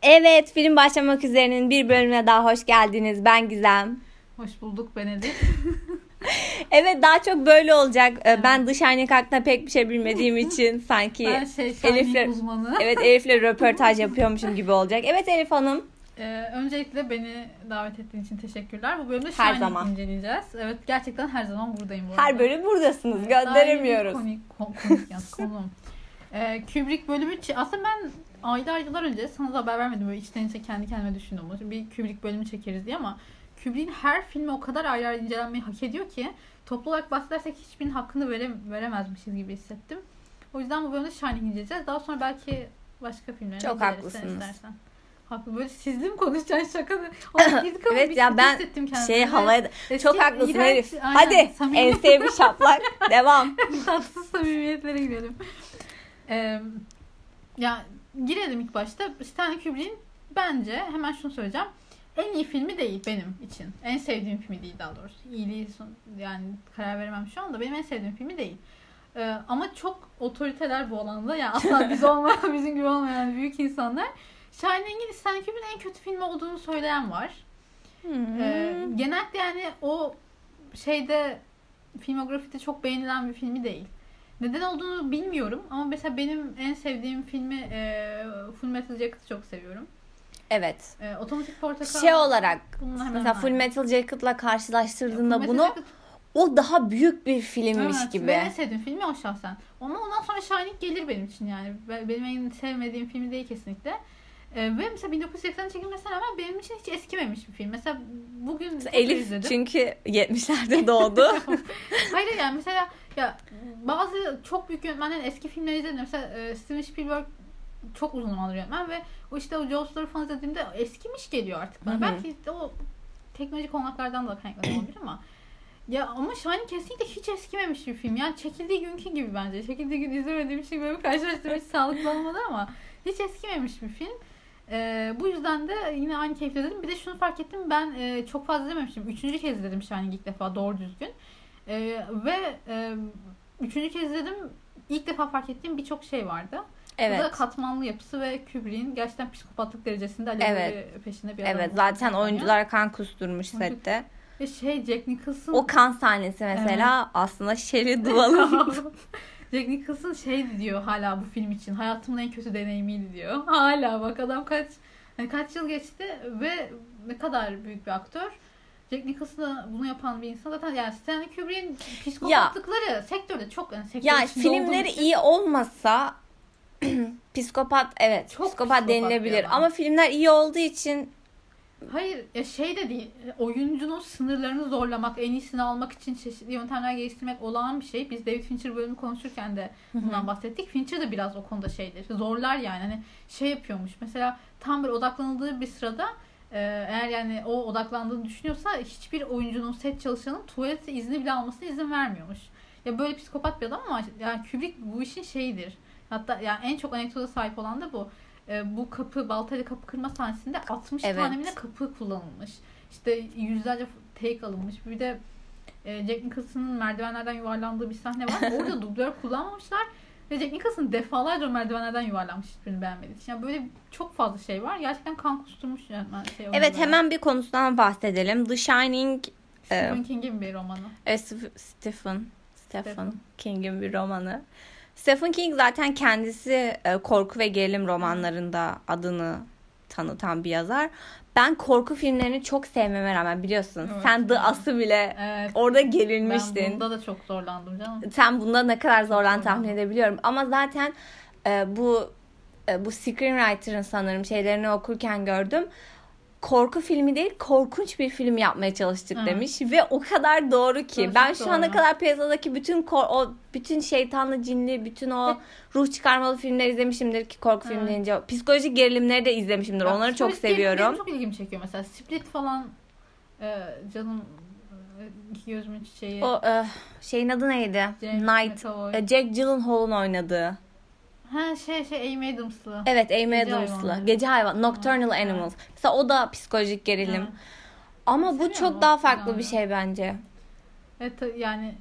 Evet, film başlamak üzerenin bir bölümüne daha hoş geldiniz. Ben Gizem. Hoş bulduk, ben Edip. Evet, daha çok böyle olacak. Evet. Ben The Shining hakkında pek bir şey bilmediğim için sanki ben Shining uzmanı. Evet, Elif'le röportaj yapıyormuşum gibi olacak. Evet Elif Hanım. Öncelikle beni davet ettiğin için teşekkürler. Bu bölümde Shining inceleyeceğiz. Evet, gerçekten her zaman buradayım bu arada. Her bölüm buradasınız, gönderemiyoruz. Komik yalnız konum. Kubrick bölümü aslında ben aylar önce sana da haber vermedim, böyle içten içe kendi kendime düşündüm. Bir Kubrick bölümü çekeriz diye, ama Kubrick'in her filmi o kadar ayrı ayrı incelenmeyi hak ediyor ki toplu olarak bahsedersek hiçbirinin hakkını veremezmişiz gibi hissettim. O yüzden bu bölümde Shining inceleyeceğiz. Daha sonra belki başka filmleri çok haklısınız. Istersen. Haklı, böyle sizli mi konuşacaksın, şaka da. Evet ya, ben havaya çok haklısın Elif. Hadi enseye bir şaplak. Devam. Tatsız samimiyetlere girelim. Ya girelim ilk başta. Stanley Kubrick'in bence, hemen şunu söyleyeceğim, en iyi filmi değil benim için. En sevdiğim filmi değil daha doğrusu. İyiliği yani karar veremem şu anda. Benim en sevdiğim filmi değil. Ama çok otoriteler bu alanda. Yani asla bizim gibi olmayan büyük insanlar. Shining'in Stanley Kubrick'in en kötü filmi olduğunu söyleyen var. Genellikle yani o filmografide çok beğenilen bir filmi değil. Neden olduğunu bilmiyorum ama mesela benim en sevdiğim filmi Full Metal Jacket'ı çok seviyorum. Evet. Otomatik Portakal olarak mesela Full Metal Jacket'la karşılaştırdığında bunu o daha büyük bir filmmiş gibi. Benim en sevdiğim filmi o şahsen. Ama ondan sonra Shining gelir benim için yani. Benim en sevmediğim film değil kesinlikle. Ve mesela 1980'de çekilmesine rağmen benim için hiç eskimemiş bir film. Mesela bugün Elif izledim. Çünkü 70'lerde doğdu. Hayır yani mesela ya bazı çok büyük yönetmenlerin eski filmleri izledim. Mesela Steven Spielberg çok uzun zamandır yönetmen ve o Jaws'ları falan izlediğimde eskimiş geliyor artık bana. Belki o teknolojik olanaklardan da kaynaklanıyor olabilir ama Shining kesinlikle hiç eskimemiş bir film. Yani çekildiği günkü gibi bence. Çekildiği gün izlemediğim için böyle karşılaştırmış sağlıklı olmadı ama hiç eskimemiş bir film. Bu yüzden de yine aynı keyifle dedim. Bir de şunu fark ettim, ben çok fazla izlememiştim. 3. kez izledim Shining ilk defa doğru düzgün. Ve 3. kez izledim. İlk defa fark ettiğim birçok şey vardı. Evet. Bu da katmanlı yapısı ve Kubrick'in gerçekten psikopatlık derecesinde alevleri peşinde bir adam. Evet, zaten oyuncular kan kusturmuş sette. Ve Jack Nicholson... O kan sahnesi mesela aslında Shelley Duvall'ın... Jack Nicholson diyor hala bu film için. Hayatımın en kötü deneyimiydi diyor. Hala bak, adam kaç yıl geçti ve ne kadar büyük bir aktör. Jack Nicholson'a bunu yapan bir insan zaten, yani Stanley Kubrick'in psikopatlıkları sektörde çok, yani sektör filmleri iyi olmasa psikopat çok psikopat denilebilir ama filmler iyi olduğu için. Hayır de değil, oyuncunun sınırlarını zorlamak, en iyisini almak için çeşitli yöntemler geliştirmek olağan bir şey. Biz David Fincher bölümü konuşurken de bundan bahsettik. Fincher de biraz o konuda zorlar yani, hani yapıyormuş mesela, tam bir odaklanıldığı bir sırada eğer yani o odaklandığını düşünüyorsa hiçbir oyuncunun, set çalışanın tuvalet izni bile almasına izin vermiyormuş. Ya böyle psikopat bir adam ama yani Kubrick bu işin şeyidir. Hatta yani en çok anekdota sahip olan da bu. Bu baltayla kapı kırma sahnesinde 60 tane bile kapı kullanılmış. İşte yüzlerce take alınmış. Bir de Jack Nicholson'ın merdivenlerden yuvarlandığı bir sahne var. Orada dublör kullanmamışlar. Ve Jack Nicholson defalarca merdivenlerden yuvarlanmış, hiçbirini beğenmediği için. Yani böyle çok fazla şey var. Gerçekten kan kusturmuş yönetmen. Evet, hemen bir konusundan bahsedelim. The Shining... Stephen King'in bir romanı. Stephen King'in bir romanı. Stephen King zaten kendisi korku ve gerilim romanlarında adını tanıtan bir yazar. Ben korku filmlerini çok sevmeme rağmen, biliyorsun. Evet, sen The Us'ı bile orada gerilmiştin. Ben bunda da çok zorlandım canım. Sen bunda ne kadar zorlandığını tahmin edebiliyorum. Ama zaten bu screenwriter'ın sanırım şeylerini okurken gördüm. Korku filmi değil, korkunç bir film yapmaya çalıştık demiş ve o kadar doğru ki. Çok ben şu ana kadar piyasadaki bütün şeytanlı, cinli, bütün o ruh çıkarmalı filmleri izlemişimdir ki korku filmi deyince. Psikolojik gerilimleri de izlemişimdir. Onları çok seviyorum. Çok ilgimi çekiyor mesela. Split falan, canım, iki gözümün çiçeği. O şeyin adı neydi? Jack Gyllenhaal'ın oynadığı. Amy Adams'lı. Evet, Amy Adams'lı. Gece hayvan. Nocturnal Animals. Mesela o da psikolojik gerilim. Ama bu çok daha farklı bir şey bence. Evet, yani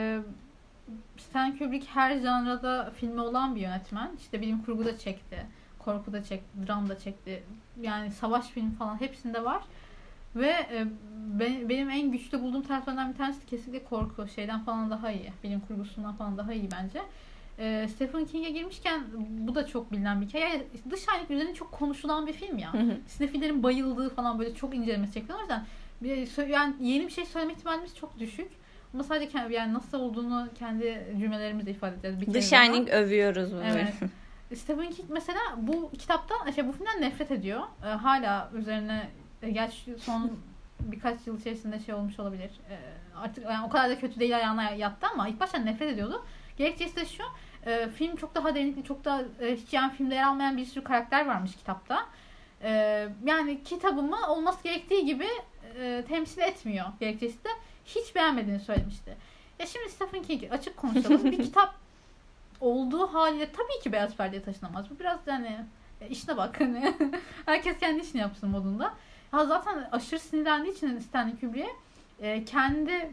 Stanley Kubrick her janrada filmi olan bir yönetmen. İşte bilim kurgu da çekti. Korku da çekti, dram da çekti. Yani savaş filmi falan hepsinde var. Ve benim en güçlü bulduğum taraflardan bir tanesi de kesinlikle korku. Şeyden falan daha iyi. Bilim kurgusundan falan daha iyi bence. Stephen King'e girmişken bu da çok bilinen bir hikaye. Yani The Shining üzerine çok konuşulan bir film ya. Sinefillerin bayıldığı falan böyle çok incelemesi çekiyor. O yüzden yani yeni bir şey söyleme ihtimalimiz çok düşük. Ama sadece yani nasıl olduğunu kendi cümlelerimizle ifade edeceğiz. The Shining övüyoruz bunu. Evet. Stephen King mesela bu kitaptan, bu filmden nefret ediyor. Hala üzerine gerçi son birkaç yıl içerisinde olmuş olabilir. Artık yani o kadar da kötü değil, ayağına yattı ama ilk başta nefret ediyordu. Gerekçesi de şu. Film çok daha derinlikli, çok daha hiç yani filmde yer almayan bir sürü karakter varmış kitapta. Yani kitabımı olması gerektiği gibi temsil etmiyor. Gerekçesi de hiç beğenmediğini söylemişti. Ya şimdi Stephen King açık konuşalım. Bir kitap olduğu haliyle tabii ki beyaz perdeye taşınamaz. Bu biraz yani işine bak hani. Herkes kendi işini yapsın modunda. Ha zaten aşırı sinirlendiği için Stanley Kubrick'e kendi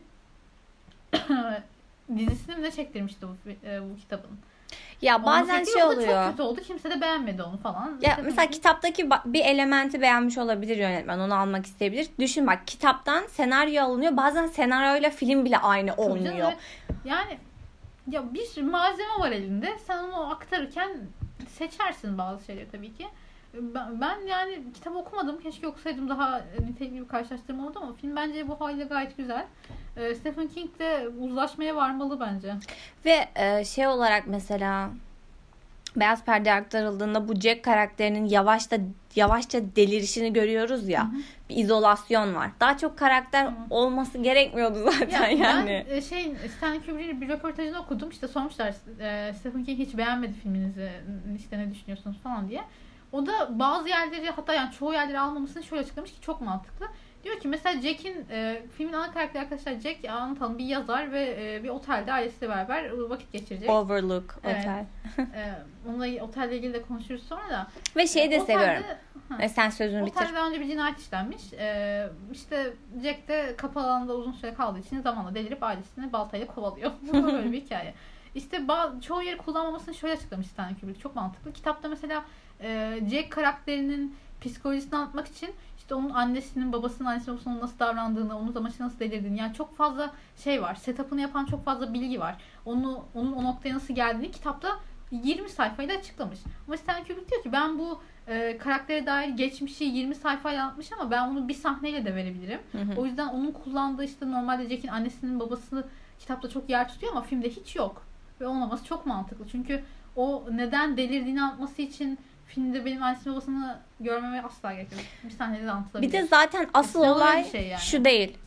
dizisini mi ne çektirmişti bu kitabın. Ya bazen oluyor. Çok kötü oldu. Kimse de beğenmedi onu falan. Ya mesela kitaptaki bir elementi beğenmiş olabilir yönetmen. Onu almak isteyebilir. Düşün bak, kitaptan senaryo alınıyor. Bazen senaryoyla film bile aynı olmuyor. Canım, evet. Yani ya bir sürü malzeme var elinde. Sen onu aktarırken seçersin bazı şeyleri tabii ki. Ben yani kitap okumadım. Keşke okusaydım, daha nitelikli bir karşılaştırma oldu ama film bence bu haliyle gayet güzel. Stephen King de uzlaşmaya varmalı bence. Ve olarak mesela beyaz perdeye aktarıldığında bu Jack karakterinin yavaşça delirişini görüyoruz ya. Hı-hı. Bir izolasyon var. Daha çok karakter olması gerekmiyordu zaten yani. Ben Stanley Kubrick'in bir röportajını okudum. İşte sormuşlar Stephen King hiç beğenmedi filminizi. İşte ne düşünüyorsunuz falan diye. O da bazı yerleri, hatta yani çoğu yerleri almamasını şöyle açıklamış ki çok mantıklı. Diyor ki mesela Jack'in filmin ana karakteri arkadaşlar Jack, anlatalım, bir yazar ve bir otelde ailesiyle beraber vakit geçirecek. Overlook Otel. Onunla otelle ilgili de konuşuruz sonra da. Ve de seviyorum. Sen sözünü bitir. Otelde daha önce bir cinayet işlenmiş. İşte Jack de kapalı alanda uzun süre kaldığı için zamanla delirip ailesini baltayla kovalıyor. Bu böyle bir hikaye. İşte çoğu yeri kullanmamasını şöyle açıklamış Stanley Kubrick. Çok mantıklı. Kitapta mesela Jack karakterinin psikolojisini anlatmak için işte onun annesinin, babasının nasıl davrandığını, onun amaçı nasıl delirdiğini, yani çok fazla şey var. Setup'ını yapan çok fazla bilgi var. Onun o noktaya nasıl geldiğini kitapta 20 sayfayla açıklamış. Ama Stanley Kubrick diyor ki ben bu karaktere dair geçmişi 20 sayfayla anlatmış ama ben bunu bir sahneyle de verebilirim. O yüzden onun kullandığı işte normalde Jack'in annesinin, babasını kitapta çok yer tutuyor ama filmde hiç yok. Ve olmaması çok mantıklı. Çünkü o neden delirdiğini anlatması için filmde benim annesini babasını görmeme asla gerek yok. Bir sahnede de anlatılabilir. Bir de zaten asıl olay yani. Şu değil.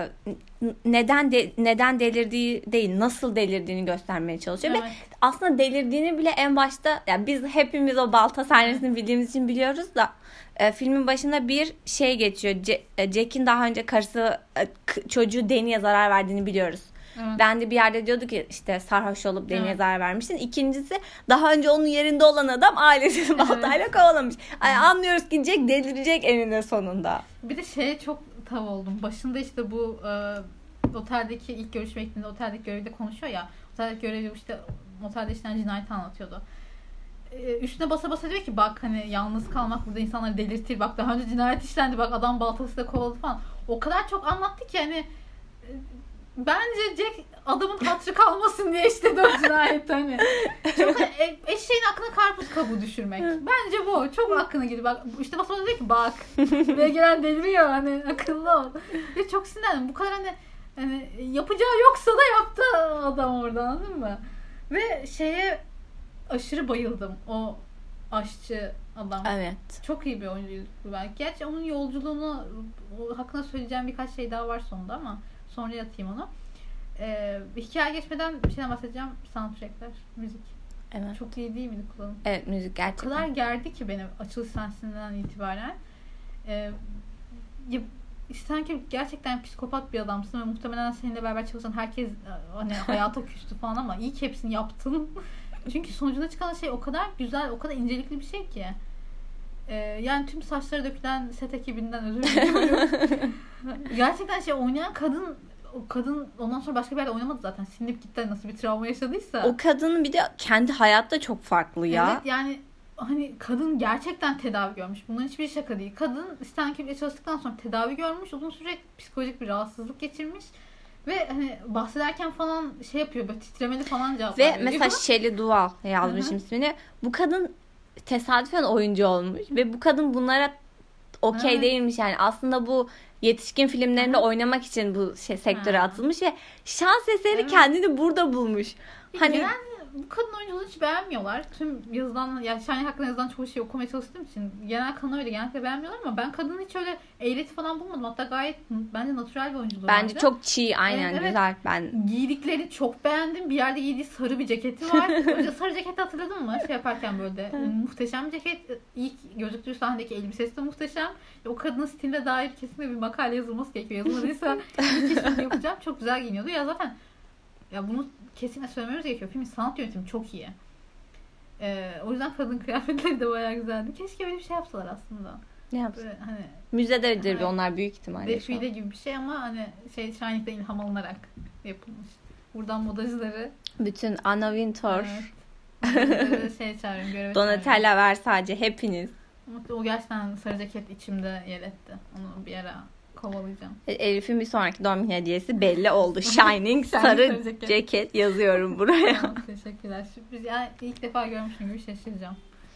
Neden delirdiği değil, nasıl delirdiğini göstermeye çalışıyor. Evet. Ve aslında delirdiğini bile en başta, yani biz hepimiz o balta sahnesini bildiğimiz için biliyoruz da filmin başında bir şey geçiyor. Jack'in daha önce karısı çocuğu Deni'ye zarar verdiğini biliyoruz. Evet. Ben de bir yerde diyordu ki işte sarhoş olup Deni'ye zarar vermişsin. İkincisi, daha önce onun yerinde olan adam ailesini baltayla kovalamış. Yani anlıyoruz ki Jack delirecek eninde sonunda. Bir de çok tav oldum. Başında işte bu oteldeki ilk görüşme ekibinde oteldeki görevliyle konuşuyor ya. Oteldeki görevli işte otelde işlenen cinayeti anlatıyordu. Üstüne basa basa diyor ki bak hani yalnız kalmak burada insanları delirtir. Bak daha önce cinayet işlendi. Bak adam baltasıyla kovaladı falan. O kadar çok anlattı ki hani bence Jack adamın hatırı kalmasın diye işledi o cinayet hani. Çok eşeğin aklına karpuz kabuğu düşürmek. Bence bu. Çok aklına gidiyor. Bak işte basma diyor ki bak. Ve gelen deliriyor hani, akıllı ol. Ve çok sinirlendim. Bu kadar hani yapacağı yoksa da yaptı adam orada, anladın mı? Ve aşırı bayıldım. O aşçı adam. Evet. Çok iyi bir oyuncuydu belki. Gerçi onun yolculuğunu hakkında söyleyeceğim birkaç şey daha var sonunda ama sonra atayım onu. Hikaye geçmeden bir şeyden bahsedeceğim. Soundtrackler, müzik. Evet. Çok iyi değil miydi kullanım? Evet, müzik gerçekten. O kadar gerdi ki beni açılış sahnesinden itibaren. Sanki gerçekten psikopat bir adamsın ve muhtemelen seninle beraber çalışan herkes hani hayata küstü falan ama iyi ki hepsini yaptın. Çünkü sonucunda çıkan şey o kadar güzel, o kadar incelikli bir şey ki. Yani tüm saçları dökülen set ekibinden özür diliyorum. Gerçekten oynayan kadın ondan sonra başka bir yerde oynamadı zaten. Sinip gitti, nasıl bir travma yaşadıysa. O kadının bir de kendi hayatta çok farklı ya. Evet yani hani kadın gerçekten tedavi görmüş. Bunların hiçbir şaka değil. Kadın Stan Kubrick'le çalıştıktan sonra tedavi görmüş. Uzun süre psikolojik bir rahatsızlık geçirmiş. Ve hani bahsederken falan şey yapıyor, böyle titremeli falan cevap veriyor. Ve mesela Shelley Duvall yazmışım ismini. Bu kadın tesadüfen oyuncu olmuş. Ve bu kadın bunlara okey değilmiş yani. Aslında bu yetişkin filmlerinde oynamak için bu sektöre atılmış ve şans eseri kendini burada bulmuş. Hani genel bu kadın oyunculuğunu hiç beğenmiyorlar. Tüm yazılan, yani Shine hakkında yazılan çoğu şeyi okumaya çalıştığım için genel kanı öyle genellikle beğenmiyorlar ama ben kadının hiç öyle eğreti falan bulmadım. Hatta gayet bence natural bir oyunculuğu bence vardı. çok çiğ, aynen Evet. güzel. Ben giydikleri çok beğendim. Bir yerde giydiği sarı bir ceketi var. Önce sarı ceketi hatırladın mı? Şey yaparken böyle muhteşem bir ceket. İlk gözüktüğü sahnedeki elbisesi de muhteşem. O kadının stiline dair kesinlikle bir makale yazılması gerekiyor. Yazılmadıysa kesinlikle yapacağım. Çok güzel giyiniyordu. Ya zaten ya bunu kesinlikle söylememiz gerekiyor. Filmin sanat yönetimi çok iyi. O yüzden kadın kıyafetleri de bayağı güzeldi. Keşke böyle bir şey yapsalar aslında. ne yapsın? Böyle hani Müzededir hani, onlar büyük ihtimalle. defile gibi bir şey ama hani Shining'den ilham alınarak yapılmış. Buradan modacıları Bütün Anna Wintour, modacıları çağırıyorum, göreve Donatella Versace hepiniz. çağırıyorum. O gerçekten sarı ceket içimde yer etti. Onu bir ara kovalayacağım. Elif'in bir sonraki doğum günü hediyesi belli oldu. Shining sarı ceket yazıyorum buraya. Tamam, teşekkürler. Sürpriz. Yani ilk defa görmüşüm gibi şaşıracağım.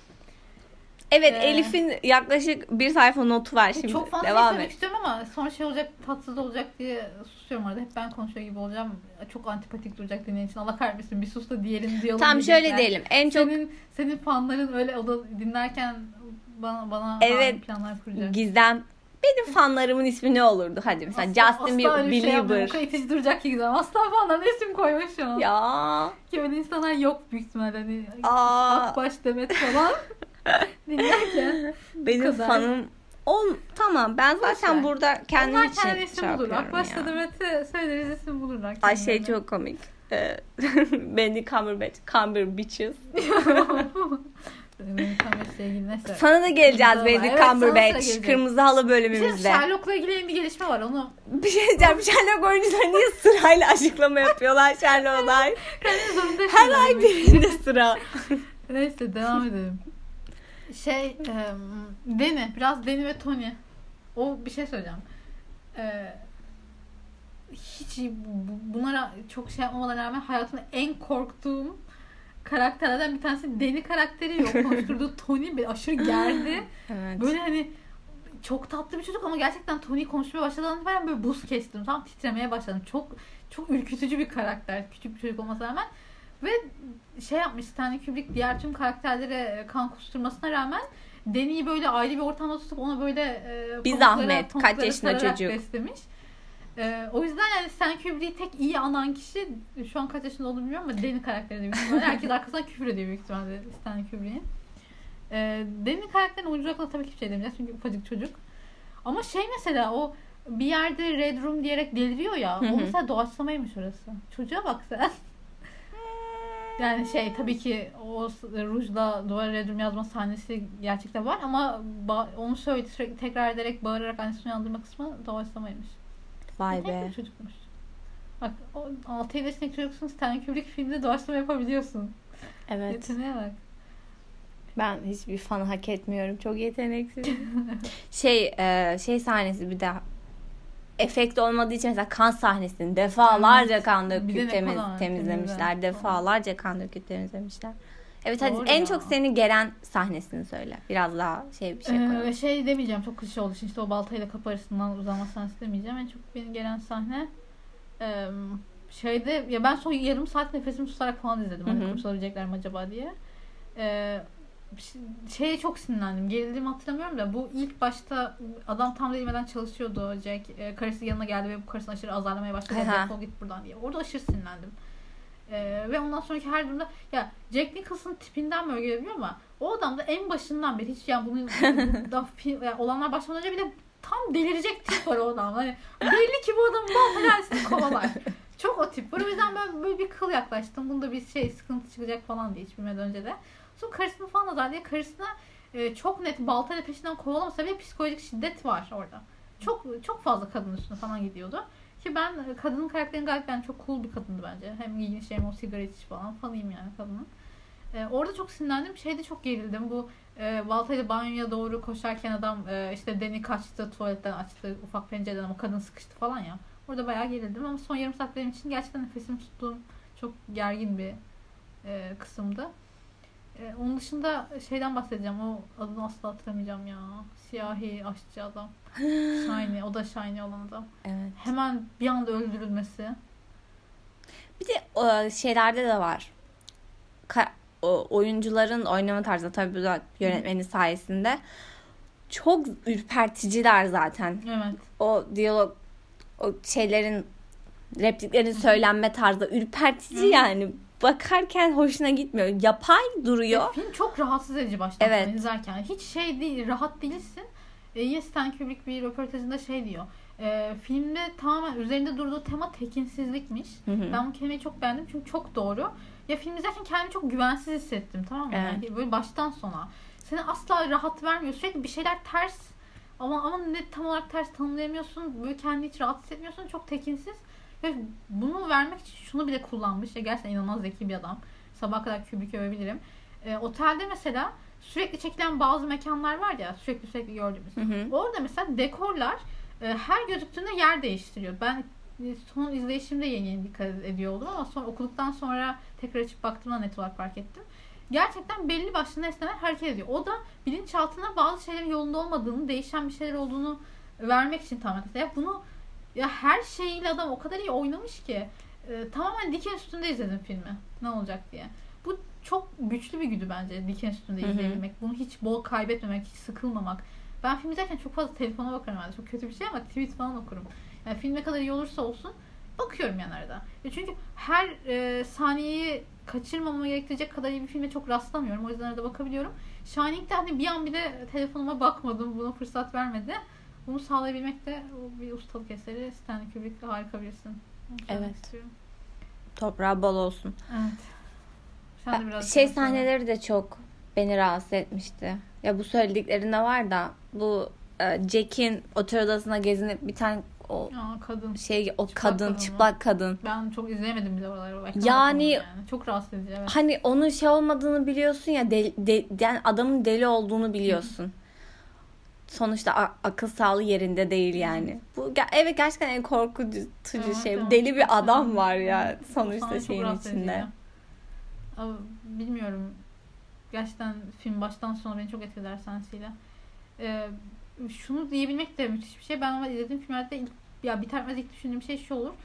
Evet, Elif'in yaklaşık bir sayfa notu var şimdi. Çok fazla devam söylemek et. istiyorum ama son şey olacak, tatsız olacak diye susuyorum arada. Hep ben konuşuyor gibi olacağım. Çok antipatik duracak dinleyen için. Allah kahretsin, bir sus da diğerini diyalım. Tamam, şöyle diyelim. En çok senin fanların öyle o da dinlerken bana evet, planlar kuracak. Gizem. Benim fanlarımın ismi ne olurdu? Hadi mesela Justin Bieber. Şey itici duracak ki Gizem. Asla fanlarına isim koymuş şu an. Ya. Ki öyle insanlar yok büyük ihtimalle. Hani Akbaş, Demet falan dinlerken. Benim fanım tamam, ben zaten burada kendim onlar için kendi isim bulur. Akbaş'ta ya. Demet'e söyleriz, isim bulurlar. Ay şey çok komik. Benny Cumberbatches. Sana da geleceğiz Benedict Cumberbatch. Kırmızı Halı bölümümüzde. Sherlock'la ilgili yeni bir gelişme var onu. Bir şey diyeceğim. Sherlock oyuncuları niye sırayla açıklama yapıyorlar Sherlock'lar? Her ay birinde sıra. Neyse devam edelim. Biraz Danny ve Tony. O bir şey söyleyeceğim. Hiç bunlara çok şey yapmamalarına rağmen hayatımda en korktuğum karakterlerden bir tanesi Danny karakteri. Yok konuşturduğu Tony beni aşırı gerdi. Evet. Böyle hani çok tatlı bir çocuk ama gerçekten Tony konuşmaya başladığında ben böyle buz kestim. Tam titremeye başladım. Çok ürkütücü bir karakter. Küçük bir çocuk olmasına rağmen. Ve şey yapmış Stanley Kubrick diğer tüm karakterlere kan kusturmasına rağmen Danny'yi böyle ayrı bir ortamda tutup ona böyle bir zahmet kaç yaşında çocuk beslemiş. O yüzden yani Stanley Kubrick'i tek iyi anan kişi şu an kaç yaşında olduğunu bilmiyorum ama Danny karakteri de büyük ihtimalle. Herkes arkasından küfür ediyor büyük ihtimalle Stanley Kubrick'in. Danny karakterin oyuncu hakkında tabii ki bir şey demeyeceğiz çünkü ufacık çocuk. Ama mesela o bir yerde Red Room diyerek deliriyor ya. O mesela doğaçlamaymış orası. Çocuğa bak sen. Yani tabii ki o rujla duvara Red Room yazma sahnesi gerçekten var ama onu sürekli tekrar ederek bağırarak annesini uyandırma kısmı doğaçlamaymış. Vay be. Çocukmuş. Bak 6-7 yaşındaki çocuksun, Stanley Kubrick filmde doğaçlama yapabiliyorsun. Evet. Yeteneğe bak. Ben hiçbir fanı hak etmiyorum. Çok yeteneksiz. şey sahnesi bir daha efekt olmadığı için mesela kan sahnesini defalarca kan döküp temizlemişler. Defalarca kan döküp temizlemişler. Evet, hadi en çok seni gelen sahnesini söyle. Biraz daha bir şey koyalım. Demeyeceğim, çok klişe olduğu için işte o baltayla kapı arasından uzanma sahnesi demeyeceğim. En çok beni gelen sahne ya ben son yarım saat nefesimi tutarak falan izledim. Hani kurtulabilecekler mi acaba diye. Çok sinirlendim. Gerildiğimi hatırlamıyorum da bu ilk başta adam tam değmeden çalışıyordu Jack. Karısı yanına geldi ve bu karısını aşırı azarlamaya başladı. Defol git buradan diye. Orada aşırı sinirlendim. Ve ondan sonraki her durumda ya Jack Nicholson'ın tipinden mi öyle gelebiliyor ama o adam da en başından beri hiç yani bunun olanlar başlamadan önce bile tam delirecek tip var o adam. Hani belli ki bu adam baltayla kovalar. Çok o tip var. O yüzden ben böyle bir kıl yaklaştım. Bunda bir sıkıntı çıkacak falan diye hiç bilmeden önce de. Sonra karısını falan azarlıyor. Karısına çok net baltayla peşinden kovalamasa bile psikolojik şiddet var orada. Çok fazla kadın üstüne falan gidiyordu. Ki ben kadının karakterini gayet çok cool bir kadındı bence. Hem giyiniş hem o sigara içiş falan fanıyım yani kadının. Orada çok sinirlendim. Şeyde çok gerildim. Bu baltayla banyoya doğru koşarken adam işte Danny kaçtı, tuvaletten açtı ufak pencereden ama kadın sıkıştı falan ya. Orada bayağı gerildim ama son yarım saat benim için gerçekten nefesimi tuttuğum çok gergin bir kısımdı. Onun dışında şeyden bahsedeceğim. O adını asla hatırlamayacağım ya. Siyahi aşçı adam. Shiny. O da Shiny olan adam. Evet. Hemen bir anda öldürülmesi. Bir de şeylerde de var. Oyuncuların oynama tarzı tabii bu da yönetmenin sayesinde çok ürperticiler zaten. Evet. O diyalog, o şeylerin, repliklerin söylenme tarzı ürpertici yani. Bakarken hoşuna gitmiyor. Yapay duruyor. Film çok rahatsız edici baştan evet. sona izlerken. Hiç şey değil, rahat değilsin. Yine Stanley Kubrick bir röportajında şey diyor. Filmde tamamen üzerinde durduğu tema tekinsizlikmiş. Hı. Ben bu kelimeyi çok beğendim çünkü çok doğru. Ya film izlerken kendimi çok güvensiz hissettim, tamam mı? Evet. Yani böyle baştan sona. Seni asla rahat vermiyor. Sürekli bir şeyler ters. Ama ne tam olarak ters tanımlayamıyorsun. Böyle kendini hiç rahat hissetmiyorsun. Çok tekinsiz. Ve bunu vermek için şunu bile kullanmış. Ya gerçekten inanılmaz zeki bir adam. Sabaha kadar Kubrick'i övebilirim. Otelde mesela sürekli çekilen bazı mekanlar var ya, sürekli gördüğümüz. Hı. Orada mesela dekorlar her gözüktüğünde yer değiştiriyor. Ben son izleyişimde yeni dikkat ediyor oldum ama sonra okuduktan sonra tekrar açıp baktığımda net olarak fark ettim. Gerçekten belli başlı nesneler hareket ediyor. O da bilinçaltına bazı şeylerin yolunda olmadığını, değişen bir şeyler olduğunu vermek için tamamen. Ya bunu ya her şeyiyle adam o kadar iyi oynamış ki tamamen diken üstünde izledim filmi. Ne olacak diye. Bu çok güçlü bir güdü bence, diken üstünde izleyebilmek. Bunu hiç bol kaybetmemek, hiç sıkılmamak. Ben film izlerken çok fazla telefona bakarım herhalde. Çok kötü bir şey ama tweet falan okurum. Yani film ne kadar iyi olursa olsun bakıyorum yani arada. Çünkü her saniyeyi kaçırmamama gerektirecek kadar iyi bir filme çok rastlamıyorum. O yüzden arada bakabiliyorum. Shining'de hani bir an bile telefonuma bakmadım. Buna fırsat vermedi. Bunu sağlayabilmek de bir ustalık eseri. Stanley Kubrick harika birisin. Evet. Toprağı bol olsun. Evet. Sen de biraz sahneleri de çok beni rahatsız etmişti. Ya bu söylediklerinde var da bu Jack'in otel odasına gezinip bir tane o kadın. Çıplak kadın. Ben çok izleyemedim bile oraları. Yani çok rahatsız edici. Evet. Hani onun şey olmadığını biliyorsun ya, yani adamın deli olduğunu biliyorsun. Sonuçta akıl sağlığı yerinde değil yani. Bu evet gerçekten en korkutucu şey. Tamam. Deli bir adam var ya sonuçta şeyin içinde. Bilmiyorum. Gerçekten film baştan sona beni çok etkiledi sahnesiyle. Şunu diyebilmek de müthiş bir şey. Ben ama izlediğim filmlerde bitermez ilk düşündüğüm şey şu olur.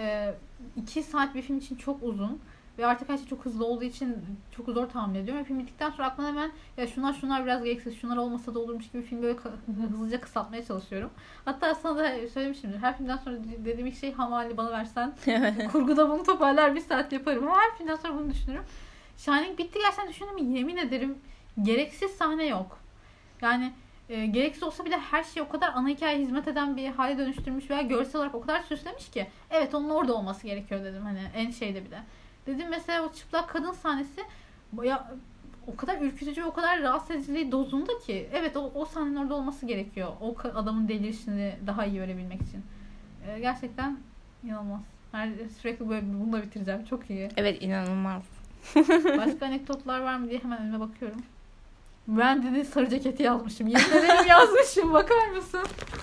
2 saat bir film için çok uzun ve artık her şey çok hızlı olduğu için çok zor tahmin ediyorum. Ve film bittikten sonra aklıma hemen ya şunlar biraz gereksiz, şunlar olmasa da olurmuş gibi filmi böyle hızlıca kısaltmaya çalışıyorum. Hatta sana da söylemişimdir. Her filmden sonra dediğim ilk şey Hamali bana versen kurguda bunu toparlar bir saat yaparım. Her filmden sonra bunu düşünürüm. Shining bitti gerçekten düşündüm. Yemin ederim gereksiz sahne yok. Yani gereksiz olsa bile her şey o kadar ana hikayeye hizmet eden bir hale dönüştürmüş veya görsel olarak o kadar süslemiş ki evet onun orada olması gerekiyor dedim hani en şeyde bile. Dedim mesela o çıplak kadın sahnesi ya, o kadar ürkütücü ve o kadar rahatsız ediciliği dozunda ki evet o sahnenin orada olması gerekiyor. O adamın delirişini daha iyi görebilmek için. Gerçekten inanılmaz. Sürekli böyle bununla bitireceğim. Çok iyi. Evet inanılmaz. Başka anekdotlar var mı diye hemen önüme bakıyorum. Brandy'nin sarı ceketi yazmışım. Yemin ederim yazmışım. Bakar mısın?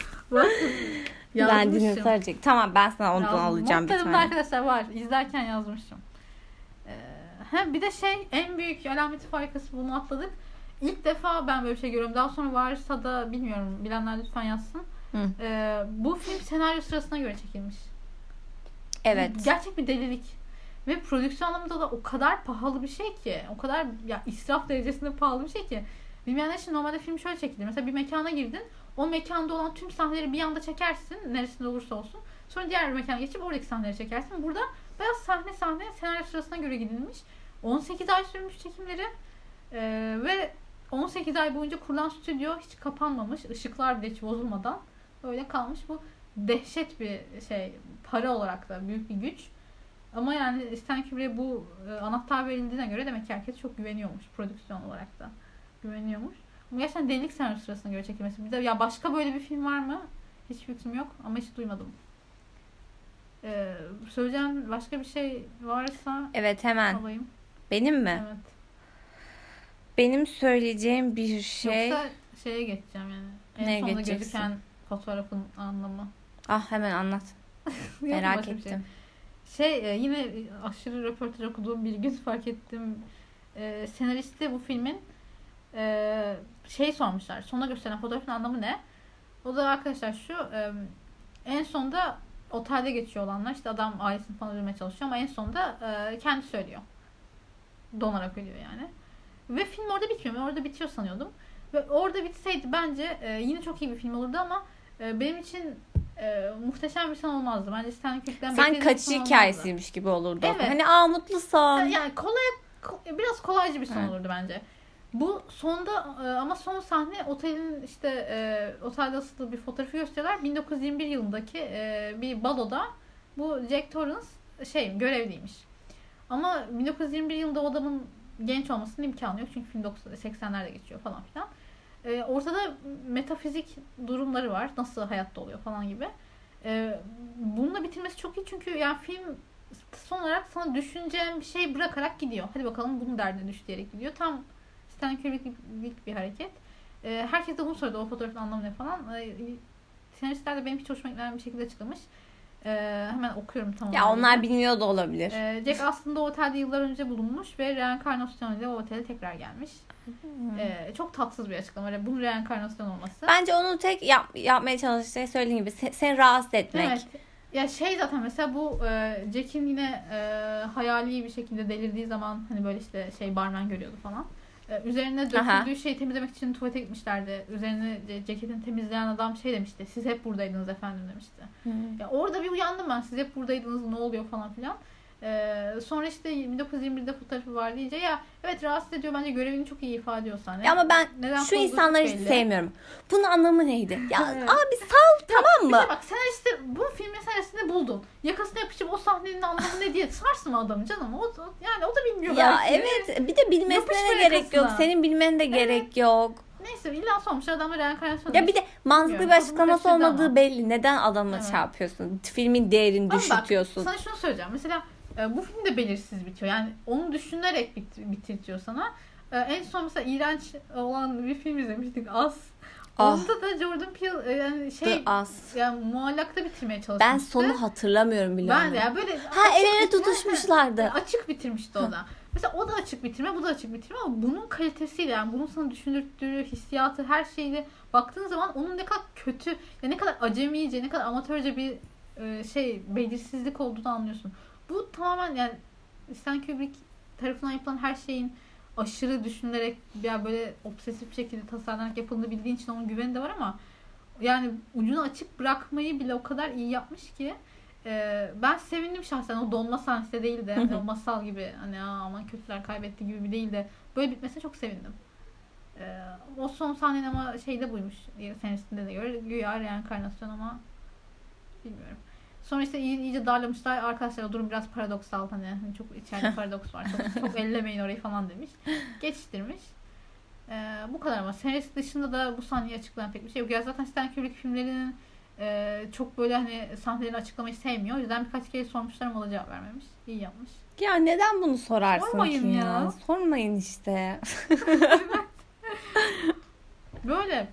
Brandy'nin sarı ceketi. Tamam ben sana ondan alacağım bir tane. Arkadaşlar var. İzlerken yazmışım. Bir de en büyük alameti farikası bunu atladık. İlk defa ben böyle bir şey görüyorum. Daha sonra varsa da bilmiyorum. Bilenler lütfen yazsın. Bu film senaryo sırasına göre çekilmiş. Evet. Gerçek bir delilik. Ve prodüksiyon anlamında da o kadar pahalı bir şey ki. O kadar israf derecesinde pahalı bir şey ki. Bilmeyenler için normalde film şöyle çekilir. Mesela bir mekana girdin. O mekanda olan tüm sahneleri bir anda çekersin. Neresinde olursa olsun. Sonra diğer bir mekana geçip oradaki sahneleri çekersin. Burada biraz sahne senaryo sırasına göre gidilmiş. 18 ay sürmüş çekimleri. Ve 18 ay boyunca kurulan stüdyo hiç kapanmamış. Işıklar bile hiç bozulmadan. Öyle kalmış. Bu dehşet bir şey. Para olarak da büyük bir güç. Ama yani Stanley Kubrick'e bu anahtar verildiğine göre demek ki herkes çok güveniyormuş. Prodüksiyon olarak da güveniyormuş. Ama gerçekten delilik senaryo sırasına göre çekilmesi. Bir de ya başka böyle bir film var mı? Hiç fikrim yok ama hiç duymadım. Söyleyeceğim başka bir şey varsa evet hemen. alayım. Benim mi? Evet. Benim söyleyeceğim bir şey... Yoksa şeye geçeceğim yani. En Neye sonunda geçeceksin? gözüken fotoğrafın anlamı. Hemen anlat. Merak ettim. Yine aşırı röportaj okuduğum bir gün fark ettim. Senaristi bu filmin sormuşlar. Sona gösteren fotoğrafın anlamı ne? O da arkadaşlar şu, en sonda otelde geçiyor olanlar. İşte adam ailesini falan öldürmeye çalışıyor ama en sonda kendi söylüyor. Donarak ölüyor yani. Ve film orada bitmiyor. Ben orada bitiyor sanıyordum. Ve orada bitseydi bence yine çok iyi bir film olurdu ama benim için muhteşem bir son olmazdı. Bence Stanley Kubrick'ten Sen kaçış hikayesiymiş gibi olurdu. Evet. Hani mutlu son. Yani biraz kolaycı bir son olurdu bence. Bu sonda ama son sahne otelin otelde asılı bir fotoğrafı gösteriyorlar. 1921 yılındaki bir baloda bu Jack Torrance görevliymiş. Ama 1921 yılında o adamın genç olmasının imkanı yok. Çünkü film 80'lerde geçiyor falan filan. Ortada metafizik durumları var. Nasıl hayatta oluyor falan gibi. Bununla bitirmesi çok iyi çünkü yani film son olarak sana düşüneceğin bir şey bırakarak gidiyor. Hadi bakalım bunun derdine düş diyerek gidiyor. Tam Stanley Kubrick'lik bir hareket. Herkes de bunu sordu. O fotoğrafın anlamı ne falan. Senaristler de benim hiç hoşuma gitmeyen bir şekilde açıklamış. Hemen okuyorum tamam. Ya onlar bilmiyor da olabilir. Jack aslında o otelde yıllar önce bulunmuş ve reenkarnasyon ile o otele tekrar gelmiş. Çok tatsız bir açıklama. Bunun reenkarnasyon olması. Bence onu tek yapmaya çalıştığı söylediğin gibi seni rahatsız etmek. Evet. Ya zaten mesela bu Jack'in yine hayali bir şekilde delirdiği zaman hani böyle barmen görüyordu falan. Üzerine döküldüğü şeyi temizlemek için tuvalete gitmişlerdi. Üzerine ceketini temizleyen adam demişti. Siz hep buradaydınız efendim demişti. Ya orada bir uyandım ben. Siz hep buradaydınız ne oluyor falan filan. Sonra 1921'de fotoğrafı var deyince ya evet rahatsız ediyor bence görevini çok iyi ifade ediyor sahne. Ya ama ben şu insanları hiç sevmiyorum. Bunun anlamı neydi? Ya abi sal tamam mı? Bak senaristi bu filmin senarisini buldun. Yakasına yapışıp o sahnenin anlamı ne diye sarsma adamı canım. O da bilmiyor ya belki. Ya evet bir de bilmesine de gerek yok. Senin bilmen de gerek yok. Neyse illa sormuşlar adamı reenkarnasyon. Ya bir de mantıklı bir açıklaması olmadığı belli. Neden adamı yapıyorsun? Filmin değerini düşürtüyorsun. Bak, sana şunu söyleyeceğim. Mesela bu film de belirsiz bitiyor. Yani onu düşünerek bitirtiyor sana. En son mesela iğrenç olan bir film izlemiştik. As. Onda da Jordan Peele yani muallakta bitirmeye çalışmıştı. Ben sonu hatırlamıyorum bile. Ben de ya böyle el ele tutuşmuşlardı. Açık bitirmişti o da. Mesela o da açık bitirme, bu da açık bitirme ama bunun kalitesiyle yani bunun sana düşündürdüğü hissiyatı her şeyle baktığın zaman onun ne kadar kötü, ya ne kadar acemice, ne kadar amatörce bir belirsizlik olduğunu anlıyorsun. Bu tamamen yani Stanley Kubrick tarafından yapılan her şeyin aşırı düşünülerek ya böyle obsesif bir şekilde tasarlanarak yapıldığını bildiğin için onun güveni de var ama yani ucunu açık bırakmayı bile o kadar iyi yapmış ki ben sevindim şahsen o donma sahnesi değil de hani o masal gibi hani aman kötüler kaybetti gibi bir değil de böyle bitmesine çok sevindim. O son sahnenin ama buymuş senaristinde de göre güya reenkarnasyon ama bilmiyorum. Sonra iyice darlamışlar. Arkadaşlar o durum biraz paradoksal hani çok içeride paradoks var. Çok ellemeyin orayı falan demiş. Geçiştirmiş. Bu kadar ama senarist dışında da bu sahneyi açıklayan pek bir şey yok. Ya zaten Stanley Kubrick filmlerinin çok böyle hani sahnelerini açıklamayı sevmiyor. O yüzden birkaç kere sormuşlar ama o da cevap vermemiş. İyi yapmış. Ya neden bunu sorarsın Sormayın ki ya? Sormayın işte. Böyle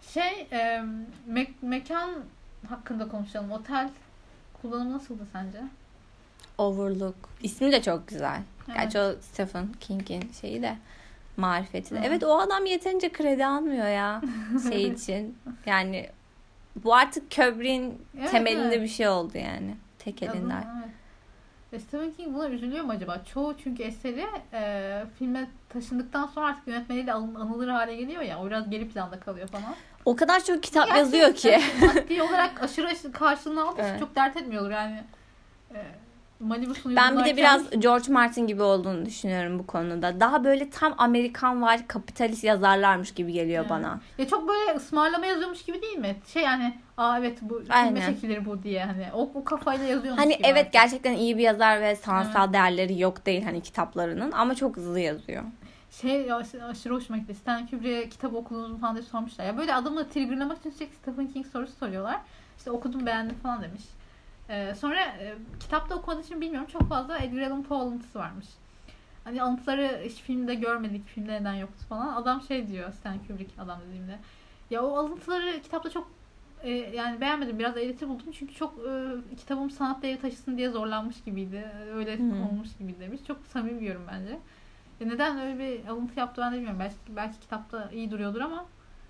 mekan hakkında konuşalım. Otel kullanımı nasıldı sence? Overlook. İsmi de çok güzel. Evet. Gerçi o Stephen King'in şeyi de marifeti de. Evet o adam yeterince kredi almıyor ya için. Yani bu artık Kubrick'in temelinde bir şey oldu yani. Tek elinden. Evet. Stephen King buna üzülüyor mu acaba? Çoğu çünkü eseri filme taşındıktan sonra artık yönetmeniyle anılır hale geliyor ya. O biraz geri planda kalıyor falan. O kadar çok kitap yazıyor ki. Maddi olarak aşırı karşılığını aldığı için çok dert etmiyorlar yani. Ben bir de biraz George Martin gibi olduğunu düşünüyorum bu konuda. Daha böyle tam Amerikan var kapitalist yazarlarmış gibi geliyor bana. Ya çok böyle ısmarlama yazıyormuş gibi değil mi? Yani evet bu filme çekilir bu diye hani o kafayla yazıyormuş hani gibi. Evet artık. Gerçekten iyi bir yazar ve sanatsal değerleri yok değil hani kitaplarının ama çok hızlı yazıyor. Aşırı hoşuma gitti. Stanley Kubrick'e kitap okudunuz mu falan diye sormuşlar. Ya böyle adamı triggerlamak için sürekli Stephen King sorusu soruyorlar. İşte okudum beğendim falan demiş. Sonra kitapta okumadığım için bilmiyorum çok fazla Edgar Allan Poe alıntısı varmış. Hani alıntıları hiç filmde görmedik, filmde neden yoktu falan. Adam şey diyor, Stanley Kubrick adam dediğimde. Ya o alıntıları kitapta çok yani beğenmedim. Biraz eğreti buldum. Çünkü çok kitabım sanat değeri taşısın diye zorlanmış gibiydi. Öyle konulmuş gibi demiş. Çok samimi bir yorum bence. Neden öyle bir alıntı yaptı ben de bilmiyorum. Belki kitapta iyi duruyordur ama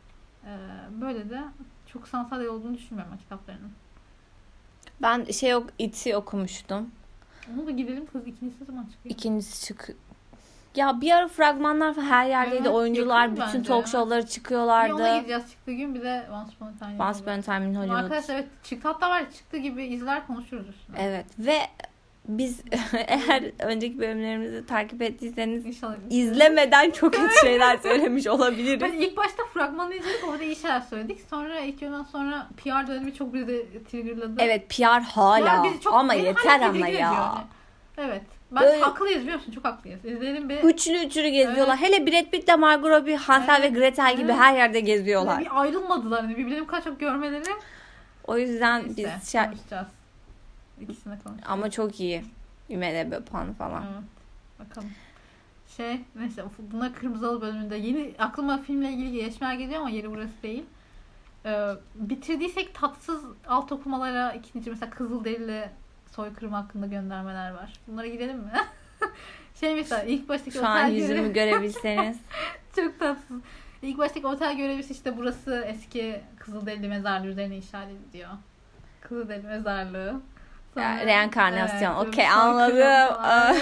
böyle de çok sanatsal değeri olduğunu düşünmüyorum kitaplarının. Ben It'i okumuştum. Onu da gidelim kız. İkincisi zaman çıkıyor? İkincisi Ya bir ara fragmanlar falan her yerdeydi. Evet, oyuncular bütün bence. talk show'ları çıkıyorlardı. Ona gideceğiz çıktığı gün, bir de Once Upon a Time. Once Upon a Time in Hollywood. Arkadaşlar evet çıktı, hatta var çıktığı gibi izler konuşuruz üstüne. Evet ve biz eğer önceki bölümlerimizi takip ettiyseniz İnşallah. izlemeden çok kötü şeyler söylemiş olabiliriz. Ben ilk başta fragmanı izledik, orada iyi şeyler söyledik. Sonra ilk yıldan sonra PR dönemi çok bizi triggerladı. Evet PR hala bizi çok, ama yeter ama ya. Yani. Evet. Ben Böyle haklıyız biliyor musun? Çok haklıyız. İzleyelim bir. Üçlü geziyorlar. Evet. Hele Brad Pitt'le Margot Robbie, Hansel ve Gretel gibi her yerde geziyorlar. Bir ayrılmadılar. Hani birbirlerini kadar çok görmeleri. O yüzden neyse, biz konuşacağız. İkisine konuşacağız. Ama çok iyi. IMDb puanı falan. Evet. Bakalım. Neyse buna Kırmızı bölümünde yeni aklıma filmle ilgili gelişmeler geliyor ama yeri burası değil. Bitirdiysek tatsız alt okumalara ikinci mesela Kızılderili soykırım hakkında göndermeler var. Bunlara gidelim mi? Mesela ilk baştaki şu an yüzümü görebilseniz. Çok tatsız. İlk baştaki otel görevlisi işte burası eski Kızılderili mezarlığı üzerine inşa ediliyor. Kızılderili mezarlığı. Ya, reenkarnasyon. Evet, okey anladım.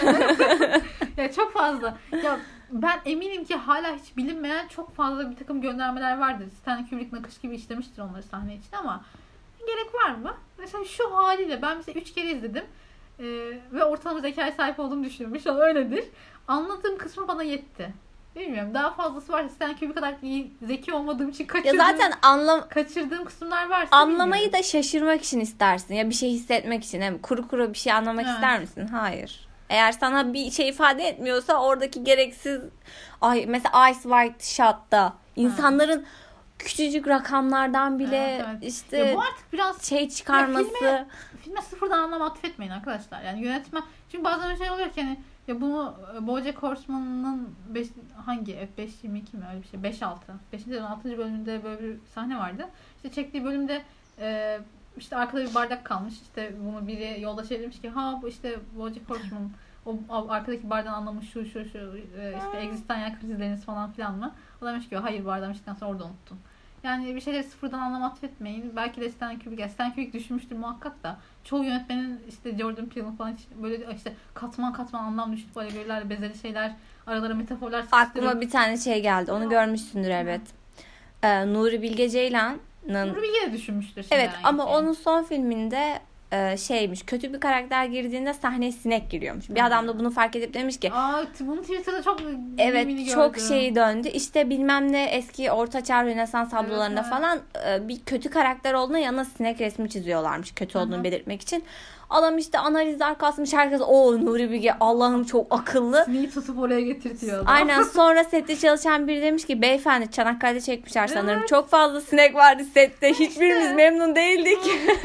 Ya çok fazla. Ya ben eminim ki hala hiç bilinmeyen çok fazla bir takım göndermeler vardır. Stanley Kubrick nakış gibi işlemiştir onları sahne için ama gerek var mı? Mesela şu haliyle ben mesela 3 kere izledim. Ve ortalama zekaya sahip olduğumu düşünüyorum. İnşallah öyledir. Anladığım kısmı bana yetti. Bilmiyorum. Daha fazlası var. Stanley Kubrick kadar iyi zeki olmadığım için kaçırdığım kısımlar varsa anlamayı bilmiyorum. da şaşırmak için istersin. Ya bir şey hissetmek için. Değil mi? Kuru bir şey anlamak ister misin? Hayır. Eğer sana bir şey ifade etmiyorsa oradaki gereksiz mesela Ice White Shot'ta insanların küçücük rakamlardan bile işte ya bu artık biraz çıkarması. Filme sıfırdan anlam atfetmeyin arkadaşlar. Yani yönetmen çünkü bazen şey oluyor ki hani ya bunu BoJack Horseman'ın 522 mi öyle bir şey 5-6. 5. sezon 6. bölümünde böyle bir sahne vardı. İşte çektiği bölümde işte arkada bir bardak kalmış. İşte bunu biri yolda demiş ki bu işte BoJack Horseman o arkadaki bardağın anlamı şu işte egzistansiyel krizleriniz falan filan mı? O da demiş ki hayır bardağım içtikten sonra orada unuttum. Yani bir şeyleri sıfırdan anlam atfetmeyin. Belki de Stanley Kubrick düşünmüştür muhakkak da. Çoğu yönetmenin işte Jordan Peele'ın falan böyle işte katman anlam düşüp böyle alegoриlerle bezeli şeyler, aralara metaforlar sıkıştırıp. Aklıma bir tane şey geldi. Onu görmüşsündür elbet. Nuri Bilge Ceylan'ın. Nuri Bilge de düşünmüştür. Evet ama onun son filminde kötü bir karakter girdiğinde sahneye sinek giriyormuş. Bir adam da bunu fark edip demiş ki bunu Twitter'da çok çok döndü. İşte bilmem ne eski ortaçağ Rönesans tablolarında falan bir kötü karakter olduğunda yanına sinek resmi çiziyorlarmış. Kötü olduğunu belirtmek için. Adam işte analizler kasmış. Herkes Nuri Bilge Allah'ım çok akıllı. Sineği tutup oraya getirtiyor. Aynen sonra sette çalışan biri demiş ki beyefendi Çanakkale'de çekmişler sanırım. Çok fazla sinek vardı sette. Hiçbirimiz memnun değildik.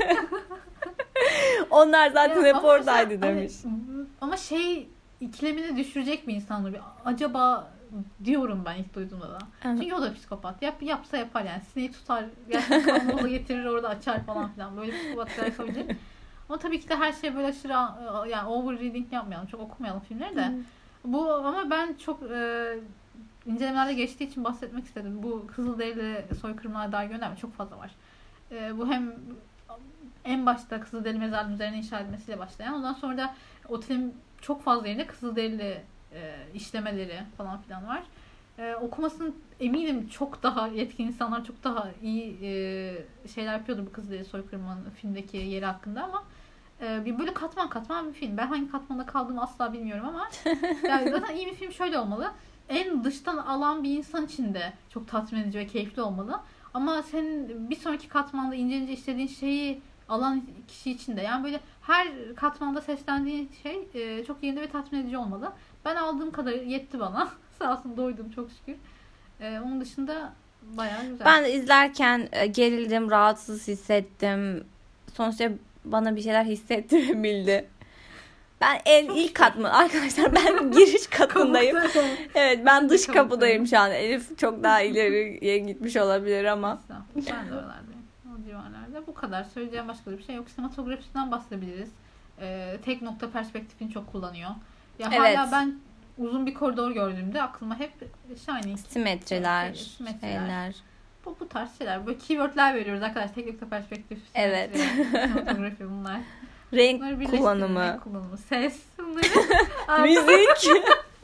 Onlar zaten hep oradaydı demiş. Ama ikilemini düşürecek bir insan Nuri. Acaba diyorum ben ilk duyduğumda da. Evet. Çünkü o da psikopat. Yapsa yapar yani. Sineği tutar. Kavanozu getirir orada açar falan filan. Böyle psikopatlar yapabilir. Ama tabii ki de her şey böyle aşırı yani overreading yapmayalım. Çok okumayalım filmleri de. Ama ben çok incelemelerde geçtiği için bahsetmek istedim. Bu Kızılderili soykırımlara dair gönderme çok fazla var. Bu hem en başta Kızılderili mezarlığının üzerine inşa edilmesiyle başlayan. Ondan sonra da otelin çok fazla yerinde Kızılderili işlemeleri falan filan var. Okumasını eminim çok daha yetkin insanlar çok daha iyi şeyler yapıyordur bu Kızılderili soykırımının filmdeki yeri hakkında ama bir böyle katman bir film. Ben hangi katmanda kaldığımı asla bilmiyorum ama yani zaten iyi bir film şöyle olmalı. En dıştan alan bir insan için de çok tatmin edici ve keyifli olmalı. Ama senin bir sonraki katmanda ince istediğin şeyi alan kişi için de yani böyle her katmanda seslendiğin şey çok yerinde ve tatmin edici olmalı. Ben aldığım kadar yetti bana. Sağ olsun doydum çok şükür. Onun dışında bayağı güzel. Ben de izlerken gerildim, rahatsız hissettim. Sonuçta bana bir şeyler hissettirebildi. Ben ilk kat mı? Arkadaşlar ben giriş katındayım. Evet, ben dış kapıdayım şu an. Elif çok daha ileriye gitmiş olabilir ama. Ben de oralardayım. O civarlarda. Bu kadar. Söyleyeceğim başka bir şey yok. Sinematografisinden bahsedebiliriz. Tek nokta perspektifini çok kullanıyor. Ya evet. Hala ben uzun bir koridor gördüğümde aklıma hep Shining. Simetriler. Şeyler. Bu tarz şeyler. Böyle keywordler veriyoruz arkadaşlar. Tek nokta perspektif. Evet. Sinematografi bunlar. Renk kullanımı. Ses. Müzik.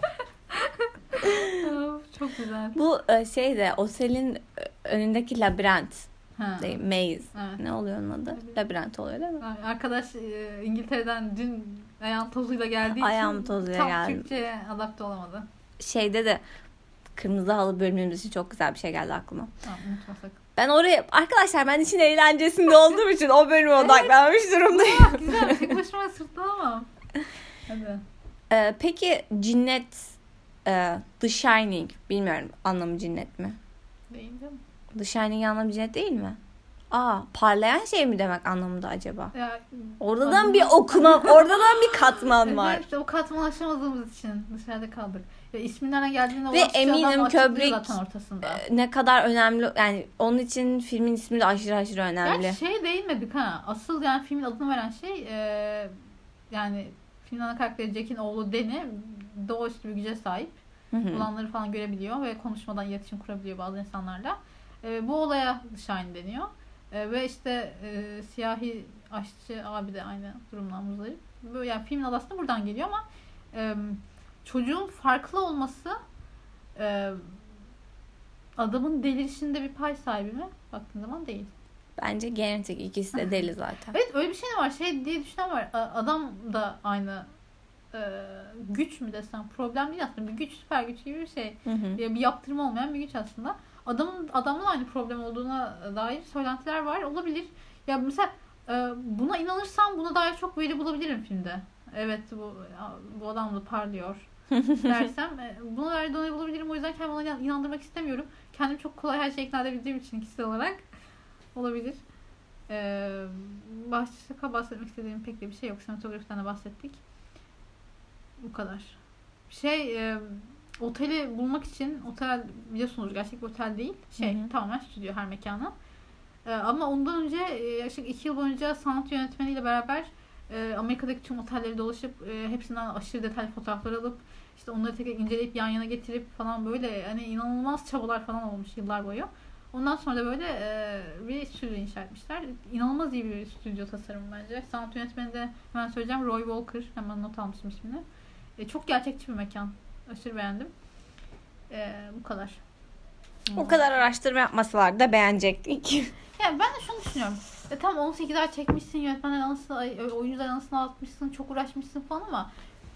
Çok güzel. Bu şeyde otelin önündeki labirent. Maze. Evet. Ne oluyor onun adı? Labirent oluyor değil mi? Arkadaş İngiltere'den dün ayağım tozuyla geldiği için tam Türkçe'ye adapte olamadı. Şeyde de kırmızı halı bölümümüz için çok güzel bir şey geldi aklıma. Tamam, unutmasak. Ben oraya arkadaşlar ben işin eğlencesinde olduğum için o bölüme odaklanmış durumdayım. Güzel. Tek başıma sırtlanamam. Hadi. Peki cinnet The Shining bilmiyorum anlamı cinnet mi? Değil mi? The Shining anlamı cinnet değil mi? Parlayan şey mi demek anlamında acaba? Ya, oradan bir okuma, oradan bir katman var. Evet, o katman aşamadığımız için dışarıda kaldık. Ya isminden geldiğinde ve eminim Kubrick zaten ortasında. Ne kadar önemli yani onun için filmin ismi de aşırı önemli. Gerçi değinmedik ha. Asıl yani filmin adını veren şey yani filmin ana karakteri Jack'in oğlu Danny doğaüstü bir güce sahip. Olanları falan görebiliyor ve konuşmadan iletişim kurabiliyor bazı insanlarla. Bu olaya Shine deniyor. Ve işte siyahi aşçı abi de aynı durumdan muzdarip. Böyle yani filmin adı aslında buradan geliyor ama çocuğun farklı olması adamın delirişinde bir pay sahibi mi? Baktığın zaman değil. Bence genetik ikisi de deli zaten. Evet öyle bir şey de var. Diye düşünen var. Adam da aynı güç mü desem problem değil aslında. Bir güç süper güç gibi bir şey. Bir yaptırma olmayan bir güç aslında. Adamın aynı problem olduğuna dair söylentiler var. Olabilir. Ya mesela buna inanırsam buna dair çok veri bulabilirim filmde. Evet bu adam da parlıyor dersem buna dair donayı bulabilirim. O yüzden kendimi ona inandırmak istemiyorum. Kendimi çok kolay her şeye ikna edebildiğim için kişisel olarak olabilir. Başka bahsetmek istediğim pek de bir şey yok. Sinematografiden de bahsettik. Bu kadar. Oteli bulmak için otel biliyorsunuz gerçek bir otel değil. Tamamen stüdyo her mekanı. Ama ondan önce yaklaşık 2 yıl boyunca sanat yönetmeniyle beraber Amerika'daki tüm otelleri dolaşıp hepsinden aşırı detaylı fotoğraflar alıp işte onları tekrar inceleyip yan yana getirip falan böyle hani inanılmaz çabalar falan olmuş yıllar boyu. Ondan sonra da böyle bir stüdyo inşa etmişler. İnanılmaz iyi bir stüdyo tasarımı bence. Sanat yönetmeni de hemen söyleyeceğim Roy Walker. Hemen not almışım ismini. Çok gerçekçi bir mekan. Aşırı beğendim. Bu kadar. O kadar araştırma yapmasalar da beğenecektik. Yani ben de şunu düşünüyorum. Tam 18 ay çekmişsin, yönetmenler anısını, oyuncular anısını atmışsın, çok uğraşmışsın falan ama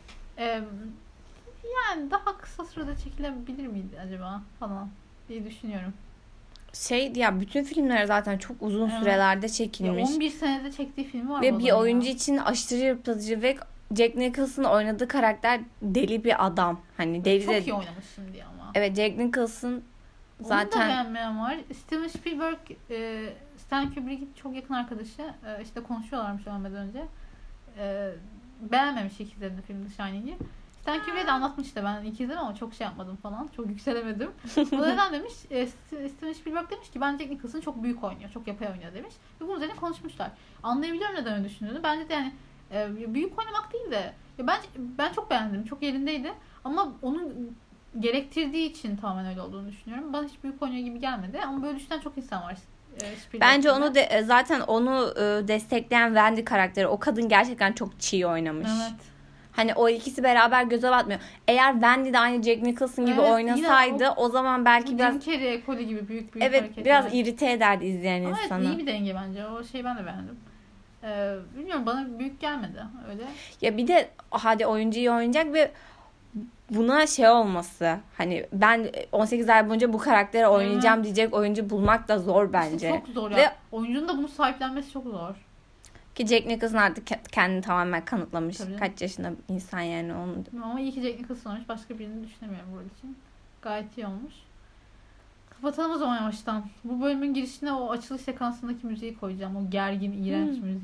yani daha kısa sürede çekilebilir miydi acaba falan diye düşünüyorum. Ya bütün filmler zaten çok uzun sürelerde çekilmiş. 11 senede çektiği film var. Ve bir oyuncu için aşırı yıpratıcı ve Jack Nicholson'ın oynadığı karakter deli bir adam. Hani deli çok iyi oynamış şimdi ama. Evet, Jack Nicholson zaten. Onu da beğenmeyen var. Steven Spielberg, Stanley Kubrick'in çok yakın arkadaşı. İşte konuşuyorlarmış ölmeden önce. Beğenmemiş ikizlerinde filmi The Shining'i. Stanley Kubrick'e de anlatmıştı, ben ikizlerim ama çok şey yapmadım falan. Çok yükselemedim. O neden demiş, Steven Spielberg demiş ki ben Jack Nicholson çok büyük oynuyor. Çok yapay oynuyor demiş. Ve bunun üzerine konuşmuşlar. Anlayabiliyorum neden öyle düşündüğünü. Bence de yani büyük oynamak değil de ben çok beğendim. Çok yerindeydi. Ama onun gerektirdiği için tamamen öyle olduğunu düşünüyorum. Bana hiç büyük oynuyor gibi gelmedi. Ama böyle düşünen çok insan var. Bence onu zaten onu destekleyen Wendy karakteri. O kadın gerçekten çok çiğ oynamış. Evet. Hani o ikisi beraber göze batmıyor. Eğer Wendy de aynı Jack Nicholson gibi oynasaydı o zaman belki biraz... Jim Carrey, Cole gibi büyük evet, biraz irite ederdi izleyen ama insanı. Evet, iyi bir denge bence. O şeyi ben de beğendim. Bilmiyorum, bana büyük gelmedi öyle. Ya bir de hadi oyuncu iyi oynayacak ve buna olması, hani ben 18 ay boyunca bu karakteri oynayacağım diyecek oyuncu bulmak da zor bence. Çok zor ya. Ve oyuncunun da bunu sahiplenmesi çok zor. Ki Jack Nicholson artık kendini tamamen kanıtlamış. Tabii. Kaç yaşında insan yani onun. Ama iyi ki Jack Nicholson olmuş. Başka birini düşünemiyorum bu rol için. Gayet iyi olmuş. Kapatalım o zaman yavaştan. Bu bölümün girişine o açılış sekansındaki müziği koyacağım. O gergin, iğrenç müziği.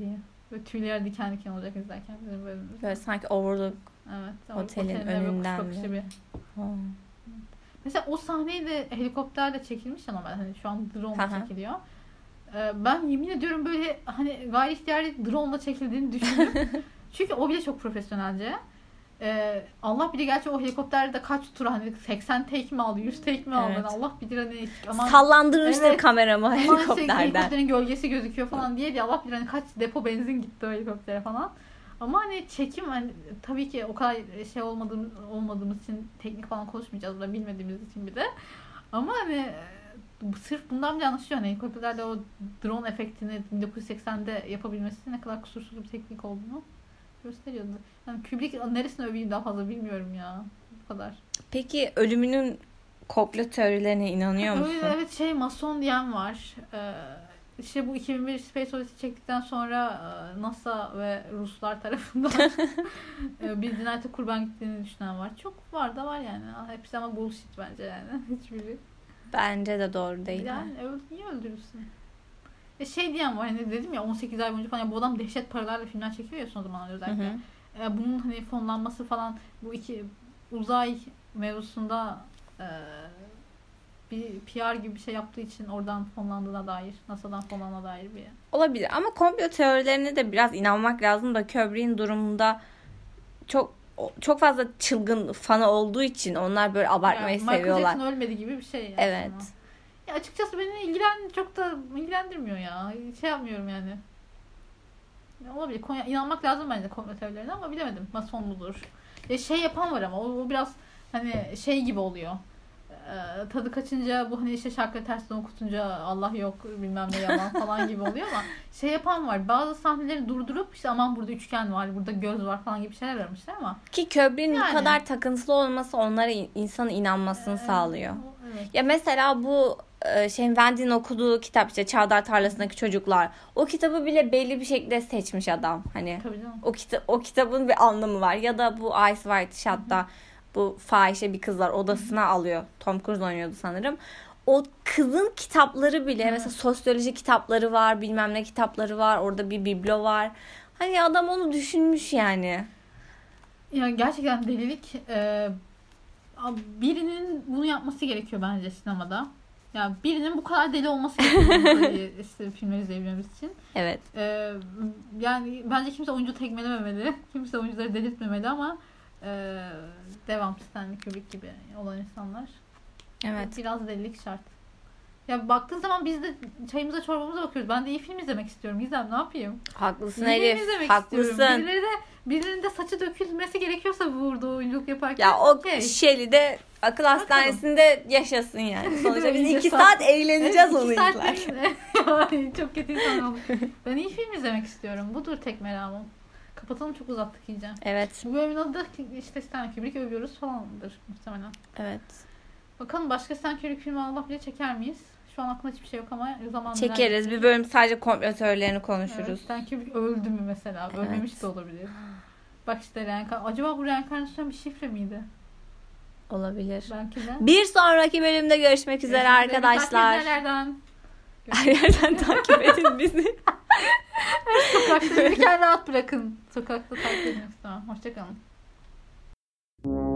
Böyle tüyler diken diken olacak izlerken bizim bölümümüz. Böyle sanki Overlook Evet. otelin önünden bakışı bir. Oh. Mesela o sahneyi de helikopterle çekilmiş ama hani şu an drone Hı hı. çekiliyor. Ben yemin ediyorum böyle hani gayri ihtiyari drone'la çekildiğini düşündüm. Çünkü o bile çok profesyonelce. Allah bilir gerçi o helikopterde kaç tur hani 80 take mi aldı 100 take mi aldı Evet. Allah bilir hani aman, Sallandırmıştır evet, kameramı aman helikopterden. helikopterin gölgesi gözüküyor falan diye Allah bilir hani kaç depo benzin gitti o helikoptere falan. Ama hani çekim hani tabii ki o kadar şey olmadığımız için teknik falan konuşmayacağız da bilmediğimiz için bir de. Ama hani sırf bundan bile anlaşılıyor. Hani helikopterlerde o drone efektini 1980'de yapabilmesi ne kadar kusursuz bir teknik olduğunu gösteriyordu. Yani Kubrick neresini öveyim daha fazla bilmiyorum ya. Bu kadar. Peki ölümünün komplo teorilerine inanıyor musun? Öyle, evet mason diyen var. İşte bu 2001 Space Odyssey çektikten sonra NASA ve Ruslar tarafından bir cinayete kurban gittiğini düşünen var. Çok var da var yani. Hepsi ama bullshit bence yani. Hiçbiri. Bence de doğru değil. Yani niye öldürürsün? Diyen var hani dedim ya 18 ay boyunca falan bu adam dehşet paralarla filmler çekiyor ya son zamanlarda özellikle. Hı hı. Bunun hani fonlanması falan bu iki uzay mevzusunda bir PR gibi bir şey yaptığı için oradan fonlandığına dair, NASA'dan fonlandığına dair bir. Olabilir ama komplo teorilerine de biraz inanmak lazım da Kubrick'in durumunda çok fazla çılgın fanı olduğu için onlar böyle abartmayı Michael seviyorlar. Jackson ölmedi gibi bir şey. Evet. Ya açıkçası beni çok da ilgilendirmiyor ya. Şey yapmıyorum yani. Olabilir. İnanmak lazım bence komplo teorilerine ama bilemedim. Mason mudur? Yapan var ama o biraz hani şey gibi oluyor. Tadı kaçınca bu hani işte şarkıları tersten okutunca Allah yok bilmem ne yalan falan gibi oluyor ama yapan var. Bazı sahneleri durdurup işte aman burada üçgen var, burada göz var falan gibi şeyler aramışlar ama. Ki Kubrick'in Yani. bu kadar takıntılı olması onlara insanın inanmasını sağlıyor. Evet. Ya mesela bu Wendy'nin okuduğu kitap işte Çavdar Tarlası'ndaki Çocuklar. O kitabı bile belli bir şekilde seçmiş adam. Hani Tabii canım. o kitabın bir anlamı var. Ya da bu Ice White Shot'ta bu fahişe bir kızlar odasına alıyor. Tom Cruise oynuyordu sanırım. O kızın kitapları bile mesela sosyoloji kitapları var, bilmem ne kitapları var. Orada bir biblo var. Hani adam onu düşünmüş yani. Ya gerçekten delilik. Birinin bunu yapması gerekiyor bence sinemada. Ya birinin bu kadar deli olması gerekiyor filmleri izleyebilmemiz için. Evet. Yani bence kimse oyuncu tekmelememeli. Kimse oyuncuları delirtmemeli ama devam Stanley Kubrick gibi olan insanlar. Evet. Biraz delilik şart. Ya baktığın zaman biz de çayımıza çorbamıza bakıyoruz. Ben de iyi film izlemek istiyorum. Gizem ne yapayım? Haklısın İyi film Elif. izlemek Haklısın. istiyorum. Birilerinin de saçı dökülmesi gerekiyorsa burada oyunculuk yaparken. Ya o Şeli'de akıl hastanesinde yaşasın yani. Sonuçta biz 2 saat eğleneceğiz onu izlerken. Çok kötü insan olduk. Ben iyi film izlemek istiyorum. Budur tek meramım. Kapatalım çok uzattık iyice. Evet. Bu bölümün adı da işte Stanley Kubrick övüyoruz falandır muhtemelen. Evet. Bakalım başka Stanley Kubrick filmi Allah bile çeker miyiz? Şu an aklımda hiçbir şey yok ama zamanla çekeriz. Bir bölüm sadece komplo teorilerini konuşuruz. Evet, Stanley Kubrick öldü mü mesela? Evet. Ölmemiş de olabilir. Bak işte acaba bu reenkarnasyon bir şifre miydi? Olabilir. Belki de. Bir sonraki bölümde görüşmek üzere arkadaşlar. Her yerden takip edin bizi. Sokakta yürürken rahat bırakın. Sokakta takip edin istemem. Hoşçakalın.